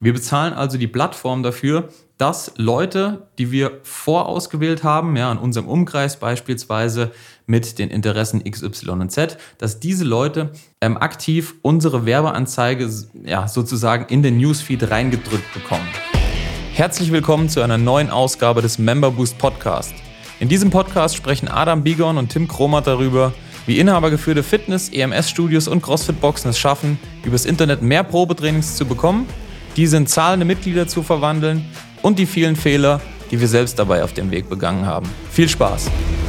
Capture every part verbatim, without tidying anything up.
Wir bezahlen also die Plattform dafür, dass Leute, die wir vorausgewählt haben, ja, in unserem Umkreis beispielsweise mit den Interessen X, Y und Z, dass diese Leute ähm, aktiv unsere Werbeanzeige ja, sozusagen in den Newsfeed reingedrückt bekommen. Herzlich willkommen zu einer neuen Ausgabe des Member Boost Podcast. In diesem Podcast sprechen Adam Bigon und Tim Kromat darüber, wie inhabergeführte Fitness-, E M S-Studios und CrossFit-Boxen es schaffen, übers Internet mehr Probetrainings zu bekommen, diese in zahlende Mitglieder zu verwandeln und die vielen Fehler, die wir selbst dabei auf dem Weg begangen haben. Viel Spaß!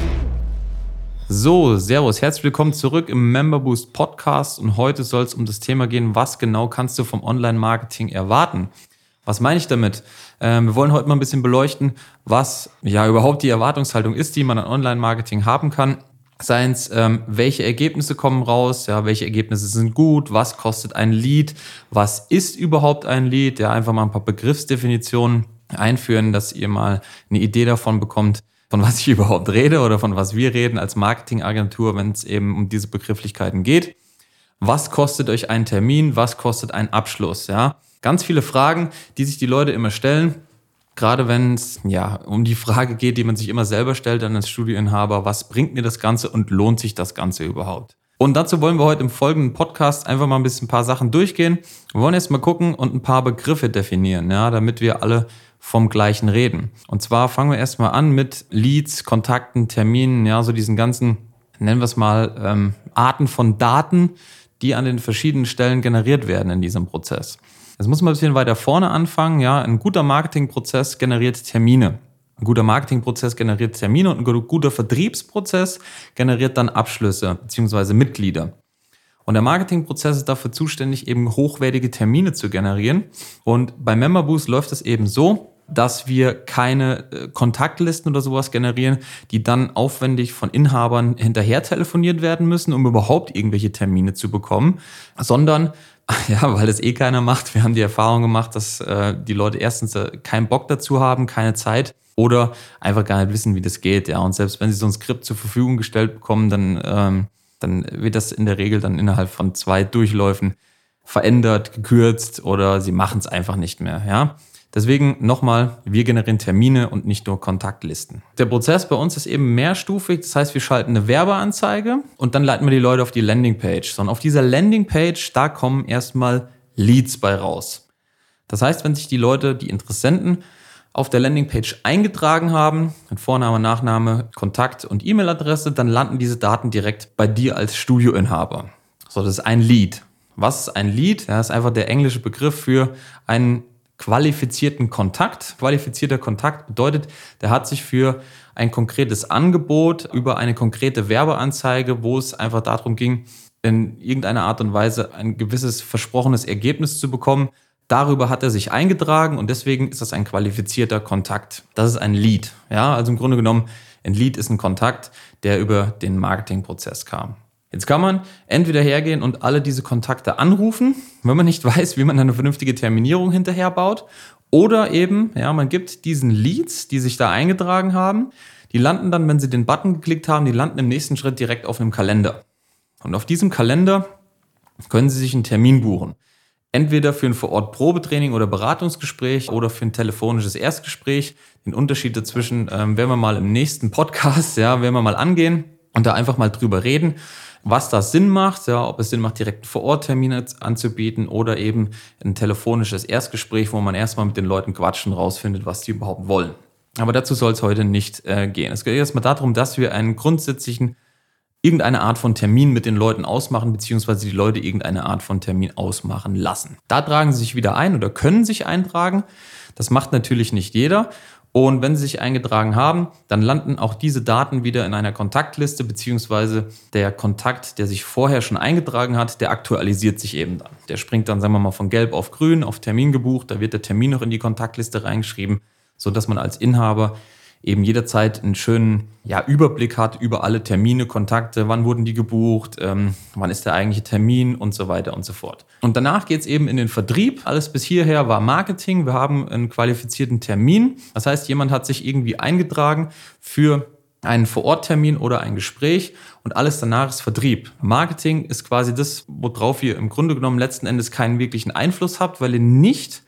So, servus, herzlich willkommen zurück im Member Boost Podcast und heute soll es um das Thema gehen, was genau kannst du vom Online-Marketing erwarten? Was meine ich damit? Ähm, wir wollen heute mal ein bisschen beleuchten, was ja überhaupt die Erwartungshaltung ist, die man an Online-Marketing haben kann. Seien es, ähm, welche Ergebnisse kommen raus, ja, welche Ergebnisse sind gut, was kostet ein Lead, was ist überhaupt ein Lead, ja, einfach mal ein paar Begriffsdefinitionen einführen, dass ihr mal eine Idee davon bekommt, von was ich überhaupt rede oder von was wir reden als Marketingagentur, wenn es eben um diese Begrifflichkeiten geht. Was kostet euch ein Termin, was kostet ein Abschluss, ja? Ganz viele Fragen, die sich die Leute immer stellen. Gerade wenn es ja um die Frage geht, die man sich immer selber stellt dann als Studioinhaber, was bringt mir das Ganze und lohnt sich das Ganze überhaupt? Und dazu wollen wir heute im folgenden Podcast einfach mal ein bisschen ein paar Sachen durchgehen. Wir wollen erst mal gucken und ein paar Begriffe definieren, ja, damit wir alle vom Gleichen reden. Und zwar fangen wir erstmal an mit Leads, Kontakten, Terminen, ja, so diesen ganzen, nennen wir es mal, ähm, Arten von Daten, die an den verschiedenen Stellen generiert werden in diesem Prozess. Jetzt muss man ein bisschen weiter vorne anfangen. Ja, ein guter Marketingprozess generiert Termine. Ein guter Marketingprozess generiert Termine und ein guter Vertriebsprozess generiert dann Abschlüsse bzw. Mitglieder. Und der Marketingprozess ist dafür zuständig, eben hochwertige Termine zu generieren. Und bei Member Boost läuft es eben so, dass wir keine äh, Kontaktlisten oder sowas generieren, die dann aufwendig von Inhabern hinterher telefoniert werden müssen, um überhaupt irgendwelche Termine zu bekommen, sondern ja, weil das eh keiner macht. Wir haben die Erfahrung gemacht, dass äh, die Leute erstens äh, keinen Bock dazu haben, keine Zeit oder einfach gar nicht wissen, wie das geht. Ja, und selbst wenn sie so ein Skript zur Verfügung gestellt bekommen, dann, ähm, dann wird das in der Regel dann innerhalb von zwei Durchläufen verändert, gekürzt oder sie machen es einfach nicht mehr. Ja. Deswegen nochmal, wir generieren Termine und nicht nur Kontaktlisten. Der Prozess bei uns ist eben mehrstufig, das heißt, wir schalten eine Werbeanzeige und dann leiten wir die Leute auf die Landingpage. Und auf dieser Landingpage, da kommen erstmal Leads bei raus. Das heißt, wenn sich die Leute, die Interessenten, auf der Landingpage eingetragen haben, mit Vorname, Nachname, Kontakt und E-Mail-Adresse, dann landen diese Daten direkt bei dir als Studioinhaber. So, das ist ein Lead. Was ist ein Lead? Ja, das ist einfach der englische Begriff für einen qualifizierten Kontakt. Qualifizierter Kontakt bedeutet, der hat sich für ein konkretes Angebot über eine konkrete Werbeanzeige, wo es einfach darum ging, in irgendeiner Art und Weise ein gewisses versprochenes Ergebnis zu bekommen. Darüber hat er sich eingetragen und deswegen ist das ein qualifizierter Kontakt. Das ist ein Lead. Ja, also im Grunde genommen, ein Lead ist ein Kontakt, der über den Marketingprozess kam. Jetzt kann man entweder hergehen und alle diese Kontakte anrufen, wenn man nicht weiß, wie man eine vernünftige Terminierung hinterher baut. Oder eben, ja, man gibt diesen Leads, die sich da eingetragen haben, die landen dann, wenn sie den Button geklickt haben, die landen im nächsten Schritt direkt auf einem Kalender. Und auf diesem Kalender können sie sich einen Termin buchen. Entweder für ein Vor-Ort-Probetraining oder Beratungsgespräch oder für ein telefonisches Erstgespräch. Den Unterschied dazwischen ähm, werden wir mal im nächsten Podcast, ja, werden wir mal angehen und da einfach mal drüber reden, was da Sinn macht, ja, ob es Sinn macht, direkt Vor-Ort-Termine anzubieten oder eben ein telefonisches Erstgespräch, wo man erstmal mit den Leuten quatschen, rausfindet, was die überhaupt wollen. Aber dazu soll es heute nicht äh, gehen. Es geht erstmal darum, dass wir einen grundsätzlichen, irgendeine Art von Termin mit den Leuten ausmachen, beziehungsweise die Leute irgendeine Art von Termin ausmachen lassen. Da tragen sie sich wieder ein oder können sich eintragen. Das macht natürlich nicht jeder. Und wenn sie sich eingetragen haben, dann landen auch diese Daten wieder in einer Kontaktliste, beziehungsweise der Kontakt, der sich vorher schon eingetragen hat, der aktualisiert sich eben dann. Der springt dann, sagen wir mal, von gelb auf grün, auf Termin gebucht, da wird der Termin noch in die Kontaktliste reingeschrieben, sodass man als Inhaber eben jederzeit einen schönen ja, Überblick hat über alle Termine, Kontakte, wann wurden die gebucht, ähm, wann ist der eigentliche Termin und so weiter und so fort. Und danach geht es eben in den Vertrieb. Alles bis hierher war Marketing. Wir haben einen qualifizierten Termin. Das heißt, jemand hat sich irgendwie eingetragen für einen Vor-Ort-Termin oder ein Gespräch und alles danach ist Vertrieb. Marketing ist quasi das, worauf ihr im Grunde genommen letzten Endes keinen wirklichen Einfluss habt, weil ihr nicht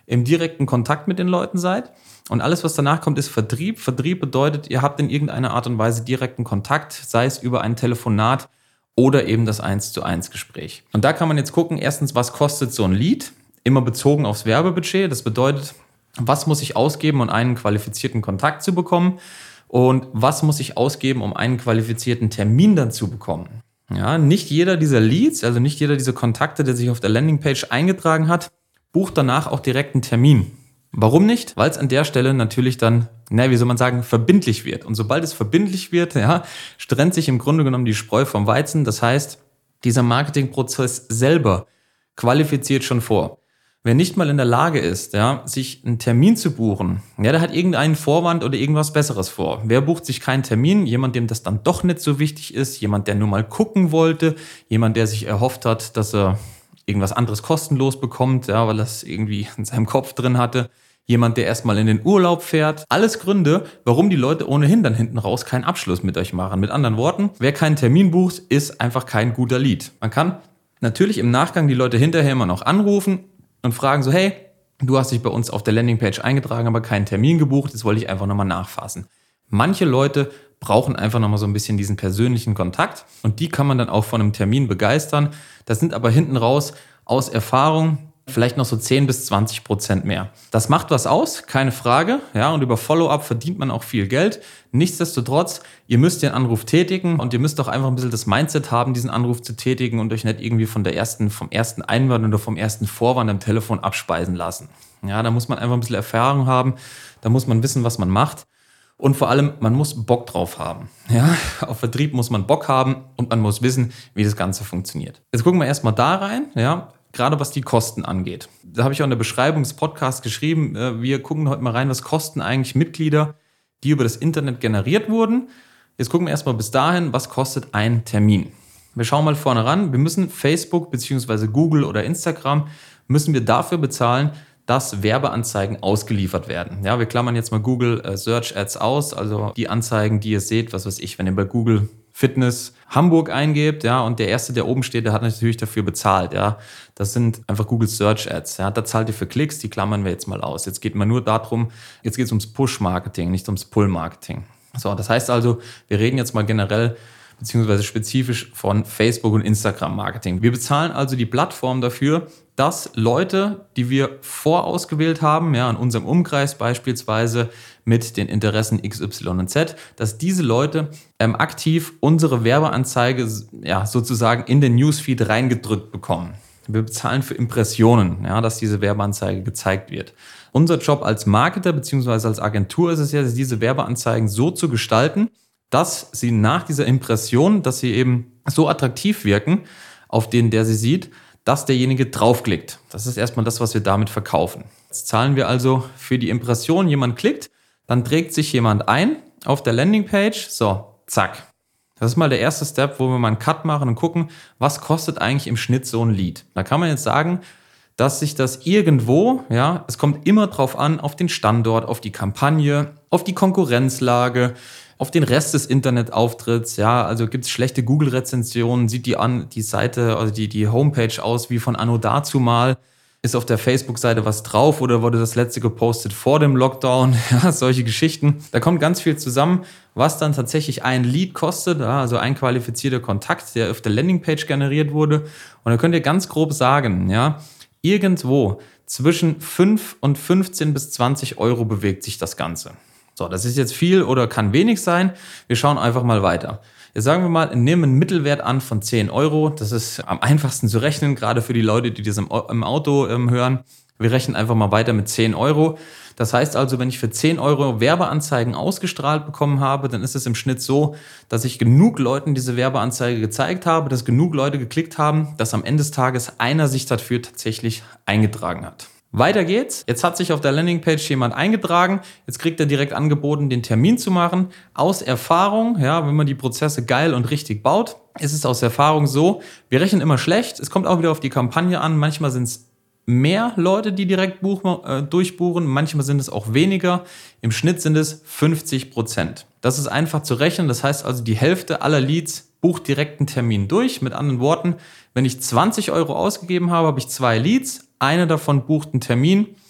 im direkten Kontakt mit den Leuten seid. Und alles, was danach kommt, ist Vertrieb. Vertrieb bedeutet, ihr habt in irgendeiner Art und Weise direkten Kontakt, sei es über ein Telefonat oder eben das eins zu eins Gespräch. Und da kann man jetzt gucken, erstens, was kostet so ein Lead? Immer bezogen aufs Werbebudget. Das bedeutet, was muss ich ausgeben, um einen qualifizierten Kontakt zu bekommen? Und was muss ich ausgeben, um einen qualifizierten Termin dann zu bekommen? Ja, nicht jeder dieser Leads, also nicht jeder dieser Kontakte, der sich auf der Landingpage eingetragen hat, bucht danach auch direkt einen Termin. Warum nicht? Weil es an der Stelle natürlich dann, na, wie soll man sagen, verbindlich wird. Und sobald es verbindlich wird, ja, trennt sich im Grunde genommen die Spreu vom Weizen. Das heißt, dieser Marketingprozess selber qualifiziert schon vor. Wer nicht mal in der Lage ist, ja, sich einen Termin zu buchen, ja, der hat irgendeinen Vorwand oder irgendwas Besseres vor. Wer bucht sich keinen Termin? Jemand, dem das dann doch nicht so wichtig ist, jemand, der nur mal gucken wollte, jemand, der sich erhofft hat, dass er irgendwas anderes kostenlos bekommt, ja, weil er es irgendwie in seinem Kopf drin hatte. Jemand, der erstmal in den Urlaub fährt. Alles Gründe, warum die Leute ohnehin dann hinten raus keinen Abschluss mit euch machen. Mit anderen Worten, wer keinen Termin bucht, ist einfach kein guter Lead. Man kann natürlich im Nachgang die Leute hinterher immer noch anrufen und fragen so, hey, du hast dich bei uns auf der Landingpage eingetragen, aber keinen Termin gebucht, das wollte ich einfach nochmal nachfassen. Manche Leute brauchen einfach nochmal so ein bisschen diesen persönlichen Kontakt und die kann man dann auch von einem Termin begeistern. Das sind aber hinten raus aus Erfahrung vielleicht noch so zehn bis zwanzig Prozent mehr. Das macht was aus, keine Frage. Ja, und über Follow-up verdient man auch viel Geld. Nichtsdestotrotz, ihr müsst den Anruf tätigen und ihr müsst auch einfach ein bisschen das Mindset haben, diesen Anruf zu tätigen und euch nicht irgendwie von der ersten, vom ersten Einwand oder vom ersten Vorwand am Telefon abspeisen lassen. Ja, da muss man einfach ein bisschen Erfahrung haben. Da muss man wissen, was man macht. Und vor allem, man muss Bock drauf haben. Ja, auf Vertrieb muss man Bock haben und man muss wissen, wie das Ganze funktioniert. Jetzt gucken wir erstmal da rein, ja, gerade was die Kosten angeht. Da habe ich auch in der Beschreibung des Podcasts geschrieben, wir gucken heute mal rein, was kosten eigentlich Mitglieder, die über das Internet generiert wurden. Jetzt gucken wir erstmal bis dahin, was kostet ein Termin. Wir schauen mal vorne ran, wir müssen Facebook bzw. Google oder Instagram, müssen wir dafür bezahlen, dass Werbeanzeigen ausgeliefert werden. Ja, wir klammern jetzt mal Google äh, Search Ads aus, also die Anzeigen, die ihr seht, was weiß ich, wenn ihr bei Google Fitness Hamburg eingebt, ja, und der Erste, der oben steht, der hat natürlich dafür bezahlt, ja. Das sind einfach Google Search Ads, ja. Da zahlt ihr für Klicks, die klammern wir jetzt mal aus. Jetzt geht man nur darum, jetzt geht es ums Push-Marketing, nicht ums Pull-Marketing. So, das heißt also, wir reden jetzt mal generell beziehungsweise spezifisch von Facebook und Instagram-Marketing. Wir bezahlen also die Plattform dafür, dass Leute, die wir vorausgewählt haben, ja, in unserem Umkreis beispielsweise mit den Interessen X, Y und Z, dass diese Leute ähm, aktiv unsere Werbeanzeige ja, sozusagen in den Newsfeed reingedrückt bekommen. Wir bezahlen für Impressionen, ja, dass diese Werbeanzeige gezeigt wird. Unser Job als Marketer beziehungsweise als Agentur ist es ja, diese Werbeanzeigen so zu gestalten, dass sie nach dieser Impression, dass sie eben so attraktiv wirken auf den, der sie sieht, dass derjenige draufklickt. Das ist erstmal das, was wir damit verkaufen. Jetzt zahlen wir also für die Impression, jemand klickt, dann trägt sich jemand ein auf der Landingpage, so, zack. Das ist mal der erste Step, wo wir mal einen Cut machen und gucken, was kostet eigentlich im Schnitt so ein Lead. Da kann man jetzt sagen, dass sich das irgendwo, ja, es kommt immer drauf an, auf den Standort, auf die Kampagne, auf die Konkurrenzlage, auf den Rest des Internetauftritts, ja, also gibt es schlechte Google-Rezensionen, sieht die an die Seite, also die, die Homepage aus wie von anno dazu mal, ist auf der Facebook-Seite was drauf oder wurde das letzte gepostet vor dem Lockdown, ja, solche Geschichten. Da kommt ganz viel zusammen, was dann tatsächlich ein Lead kostet, ja, also ein qualifizierter Kontakt, der auf der Landingpage generiert wurde. Und da könnt ihr ganz grob sagen, ja, irgendwo zwischen fünf und fünfzehn bis zwanzig Euro bewegt sich das Ganze. So, das ist jetzt viel oder kann wenig sein. Wir schauen einfach mal weiter. Jetzt sagen wir mal, nehmen einen Mittelwert an von zehn Euro. Das ist am einfachsten zu rechnen, gerade für die Leute, die das im, im Auto ähm, hören. Wir rechnen einfach mal weiter mit zehn Euro. Das heißt also, wenn ich für zehn Euro Werbeanzeigen ausgestrahlt bekommen habe, dann ist es im Schnitt so, dass ich genug Leuten diese Werbeanzeige gezeigt habe, dass genug Leute geklickt haben, dass am Ende des Tages einer sich dafür tatsächlich eingetragen hat. Weiter geht's. Jetzt hat sich auf der Landingpage jemand eingetragen. Jetzt kriegt er direkt angeboten, den Termin zu machen. Aus Erfahrung, ja, wenn man die Prozesse geil und richtig baut, ist es aus Erfahrung so, wir rechnen immer schlecht. Es kommt auch wieder auf die Kampagne an. Manchmal sind es mehr Leute, die direkt buchen, äh, durchbuchen. Manchmal sind es auch weniger. Im Schnitt sind es fünfzig Prozent. Das ist einfach zu rechnen. Das heißt also, die Hälfte aller Leads bucht direkt einen Termin durch. Mit anderen Worten, wenn ich zwanzig Euro ausgegeben habe, habe ich zwei Leads. Eine davon bucht einen Termin.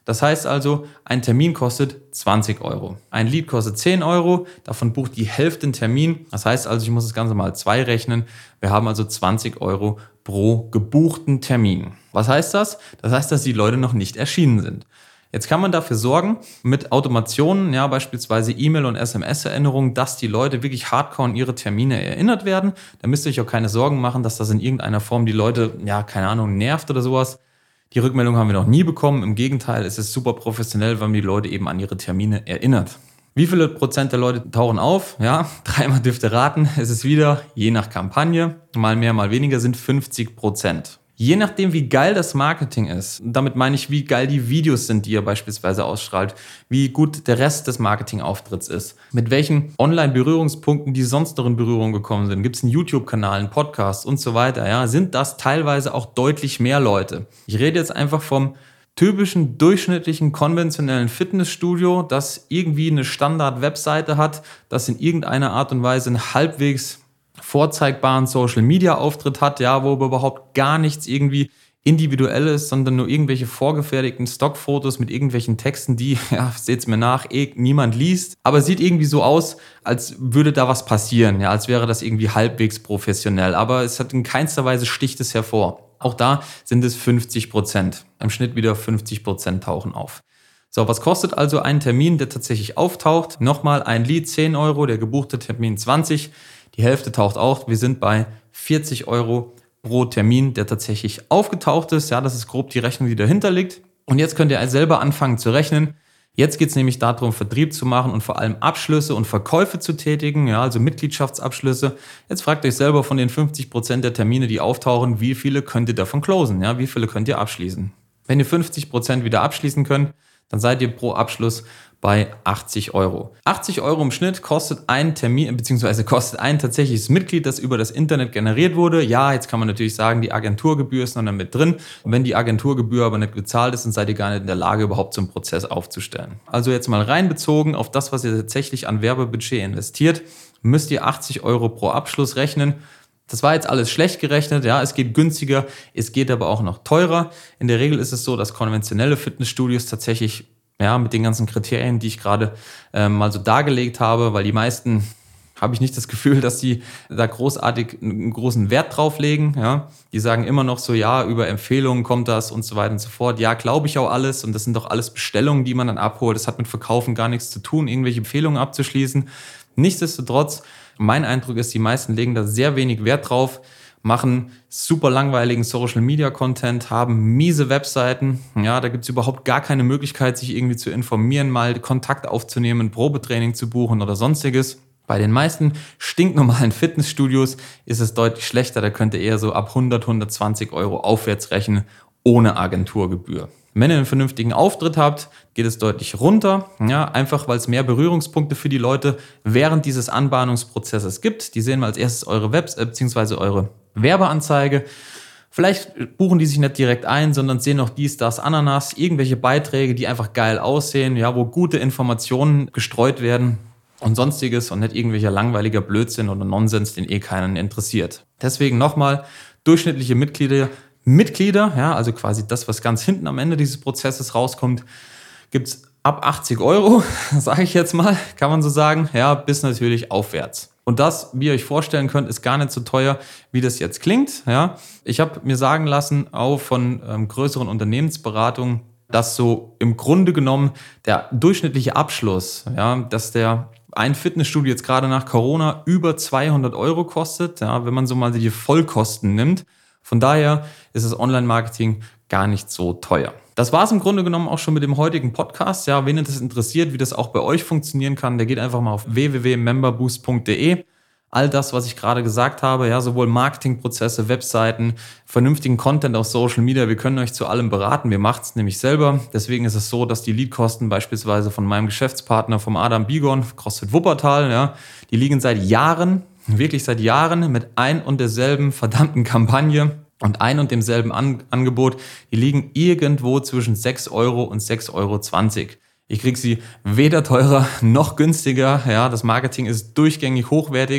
Das heißt also, ein Termin kostet zwanzig Euro. Ein Lead kostet zehn Euro, davon bucht die Hälfte einen Termin. Das heißt also, ich muss das Ganze mal zwei rechnen. Wir haben also zwanzig Euro pro gebuchten Termin. Was heißt das? Das heißt, dass die Leute noch nicht erschienen sind. Jetzt kann man dafür sorgen, mit Automationen, ja, beispielsweise E-Mail- und S M S-Erinnerungen, dass die Leute wirklich hardcore an ihre Termine erinnert werden. Da müsst ihr euch auch keine Sorgen machen, dass das in irgendeiner Form die Leute, ja, keine Ahnung, nervt oder sowas. Die Rückmeldung haben wir noch nie bekommen. Im Gegenteil, es ist super professionell, weil man die Leute eben an ihre Termine erinnert. Wie viele Prozent der Leute tauchen auf? Ja, dreimal dürft ihr raten. Es ist wieder, je nach Kampagne, mal mehr, mal weniger, sind fünfzig Prozent. Je nachdem, wie geil das Marketing ist, damit meine ich, wie geil die Videos sind, die ihr beispielsweise ausstrahlt, wie gut der Rest des Marketingauftritts ist, mit welchen Online-Berührungspunkten die sonst noch in Berührung gekommen sind, gibt es einen YouTube-Kanal, einen Podcast und so weiter, ja, sind das teilweise auch deutlich mehr Leute. Ich rede jetzt einfach vom typischen, durchschnittlichen, konventionellen Fitnessstudio, das irgendwie eine Standard-Webseite hat, das in irgendeiner Art und Weise einen halbwegs vorzeigbaren Social-Media-Auftritt hat, ja, wo überhaupt gar nichts irgendwie individuell ist, sondern nur irgendwelche vorgefertigten Stockfotos mit irgendwelchen Texten, die, ja, seht's mir nach, eh niemand liest. Aber es sieht irgendwie so aus, als würde da was passieren, ja, als wäre das irgendwie halbwegs professionell. Aber es hat in keinster Weise sticht es hervor. Auch da sind es fünfzig Prozent. Im Schnitt wieder fünfzig Prozent tauchen auf. So, was kostet also ein Termin, der tatsächlich auftaucht? Nochmal ein Lead zehn Euro, der gebuchte Termin zwanzig. Die Hälfte taucht auf. Wir sind bei vierzig Euro pro Termin, der tatsächlich aufgetaucht ist. Ja, das ist grob die Rechnung, die dahinter liegt. Und jetzt könnt ihr selber anfangen zu rechnen. Jetzt geht es nämlich darum, Vertrieb zu machen und vor allem Abschlüsse und Verkäufe zu tätigen, ja, also Mitgliedschaftsabschlüsse. Jetzt fragt euch selber von den fünfzig Prozent der Termine, die auftauchen, wie viele könnt ihr davon closen, ja, wie viele könnt ihr abschließen. Wenn ihr fünfzig Prozent wieder abschließen könnt, dann seid ihr pro Abschluss bei achtzig Euro. achtzig Euro im Schnitt kostet ein Termin, beziehungsweise kostet ein tatsächliches Mitglied, das über das Internet generiert wurde. Ja, jetzt kann man natürlich sagen, die Agenturgebühr ist noch mit drin. Und wenn die Agenturgebühr aber nicht bezahlt ist, dann seid ihr gar nicht in der Lage, überhaupt so einen Prozess aufzustellen. Also jetzt mal reinbezogen auf das, was ihr tatsächlich an Werbebudget investiert, müsst ihr achtzig Euro pro Abschluss rechnen. Das war jetzt alles schlecht gerechnet, ja, es geht günstiger, es geht aber auch noch teurer. In der Regel ist es so, dass konventionelle Fitnessstudios tatsächlich, ja, mit den ganzen Kriterien, die ich gerade äh, mal so dargelegt habe, weil die meisten, habe ich nicht das Gefühl, dass die da großartig einen großen Wert drauf legen, ja. Die sagen immer noch so, ja, über Empfehlungen kommt das und so weiter und so fort. Ja, glaube ich auch alles und das sind doch alles Bestellungen, die man dann abholt. Das hat mit Verkaufen gar nichts zu tun, irgendwelche Empfehlungen abzuschließen. Nichtsdestotrotz, mein Eindruck ist, die meisten legen da sehr wenig Wert drauf, machen super langweiligen Social-Media-Content, haben miese Webseiten. Ja, da gibt es überhaupt gar keine Möglichkeit, sich irgendwie zu informieren, mal Kontakt aufzunehmen, Probetraining zu buchen oder sonstiges. Bei den meisten stinknormalen Fitnessstudios ist es deutlich schlechter. Da könnt ihr eher so ab hundert, hundertzwanzig Euro aufwärts rechnen, ohne Agenturgebühr. Wenn ihr einen vernünftigen Auftritt habt, geht es deutlich runter, ja, einfach weil es mehr Berührungspunkte für die Leute während dieses Anbahnungsprozesses gibt. Die sehen mal als erstes eure Webs äh, bzw. eure Werbeanzeige. Vielleicht buchen die sich nicht direkt ein, sondern sehen noch dies, das, Ananas, irgendwelche Beiträge, die einfach geil aussehen, ja, wo gute Informationen gestreut werden und sonstiges und nicht irgendwelcher langweiliger Blödsinn oder Nonsens, den eh keinen interessiert. Deswegen nochmal, durchschnittliche Mitglieder Mitglieder, ja, also quasi das, was ganz hinten am Ende dieses Prozesses rauskommt, gibt's ab achtzig Euro, sage ich jetzt mal, kann man so sagen, ja, bis natürlich aufwärts. Und das, wie ihr euch vorstellen könnt, ist gar nicht so teuer, wie das jetzt klingt. Ja, ich habe mir sagen lassen, auch von ähm, größeren Unternehmensberatungen, dass so im Grunde genommen der durchschnittliche Abschluss, ja, dass der ein Fitnessstudio jetzt gerade nach Corona über zweihundert Euro kostet, ja, wenn man so mal die Vollkosten nimmt. Von daher ist das Online-Marketing gar nicht so teuer. Das war es im Grunde genommen auch schon mit dem heutigen Podcast. Ja, wen das interessiert, wie das auch bei euch funktionieren kann, der geht einfach mal auf w w w punkt memberboost punkt d e. All das, was ich gerade gesagt habe, ja, sowohl Marketingprozesse, Webseiten, vernünftigen Content auf Social Media, wir können euch zu allem beraten, wir machen es nämlich selber. Deswegen ist es so, dass die Leadkosten beispielsweise von meinem Geschäftspartner, vom Adam Bigon, CrossFit Wuppertal, ja, die liegen seit Jahren, wirklich seit Jahren mit ein und derselben verdammten Kampagne und ein und demselben An- Angebot, die liegen irgendwo zwischen sechs Euro und sechs Euro zwanzig. Ich kriege sie weder teurer noch günstiger. Ja, das Marketing ist durchgängig hochwertig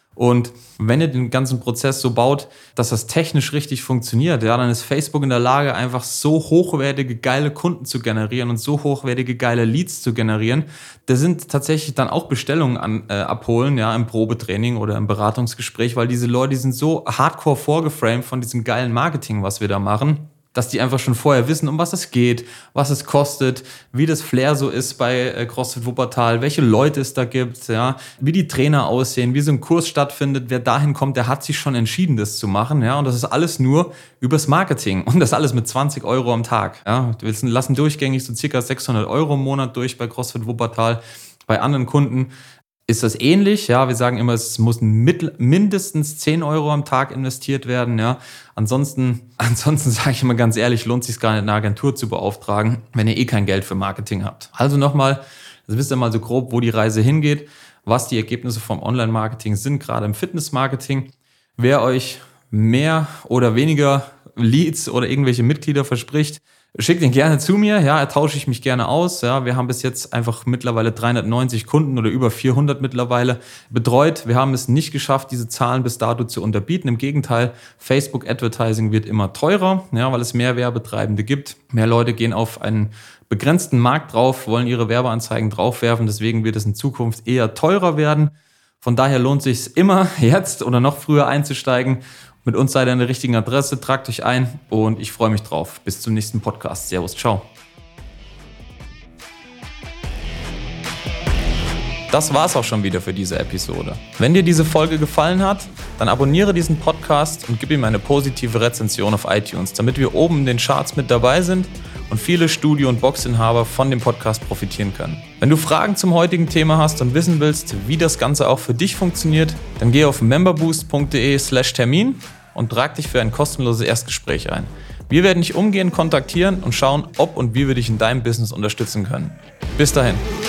Und wenn ihr den ganzen Prozess so baut, dass das technisch richtig funktioniert, ja, dann ist Facebook in der Lage, einfach so hochwertige, geile Kunden zu generieren und so hochwertige, geile Leads zu generieren. Da sind tatsächlich dann auch Bestellungen an, äh, abholen, ja, im Probetraining oder im Beratungsgespräch, weil diese Leute, die sind so hardcore vorgeframed von diesem geilen Marketing, was wir da machen, dass die einfach schon vorher wissen, um was es geht, was es kostet, wie das Flair so ist bei CrossFit Wuppertal, welche Leute es da gibt, ja, wie die Trainer aussehen, wie so ein Kurs stattfindet. Wer dahin kommt, der hat sich schon entschieden, das zu machen, ja, und das ist alles nur übers Marketing und das alles mit zwanzig Euro am Tag, ja. Wir lassen durchgängig so circa sechshundert Euro im Monat durch bei CrossFit Wuppertal. Bei anderen Kunden ist das ähnlich, ja, wir sagen immer, es muss mindestens zehn Euro am Tag investiert werden, ja. Ansonsten, ansonsten sage ich immer ganz ehrlich, lohnt es sich gar nicht, eine Agentur zu beauftragen, wenn ihr eh kein Geld für Marketing habt. Also nochmal, also wisst ihr mal so grob, wo die Reise hingeht, was die Ergebnisse vom Online-Marketing sind, gerade im Fitness-Marketing. Wer euch mehr oder weniger Leads oder irgendwelche Mitglieder verspricht, schickt ihn gerne zu mir, ja, tausche ich mich gerne aus. Ja, wir haben bis jetzt einfach mittlerweile dreihundertneunzig Kunden oder über vierhundert mittlerweile betreut. Wir haben es nicht geschafft, diese Zahlen bis dato zu unterbieten. Im Gegenteil, Facebook Advertising wird immer teurer, ja, weil es mehr Werbetreibende gibt. Mehr Leute gehen auf einen begrenzten Markt drauf, wollen ihre Werbeanzeigen draufwerfen. Deswegen wird es in Zukunft eher teurer werden. Von daher lohnt es sich immer, jetzt oder noch früher einzusteigen. Mit uns seid ihr an der richtigen Adresse, tragt euch ein und ich freue mich drauf. Bis zum nächsten Podcast. Servus, ciao. Das war's auch schon wieder für diese Episode. Wenn dir diese Folge gefallen hat, dann abonniere diesen Podcast und gib ihm eine positive Rezension auf iTunes, damit wir oben in den Charts mit dabei sind und viele Studio- und Boxinhaber von dem Podcast profitieren können. Wenn du Fragen zum heutigen Thema hast und wissen willst, wie das Ganze auch für dich funktioniert, dann geh auf memberboost.de slash Termin und trag dich für ein kostenloses Erstgespräch ein. Wir werden dich umgehend kontaktieren und schauen, ob und wie wir dich in deinem Business unterstützen können. Bis dahin.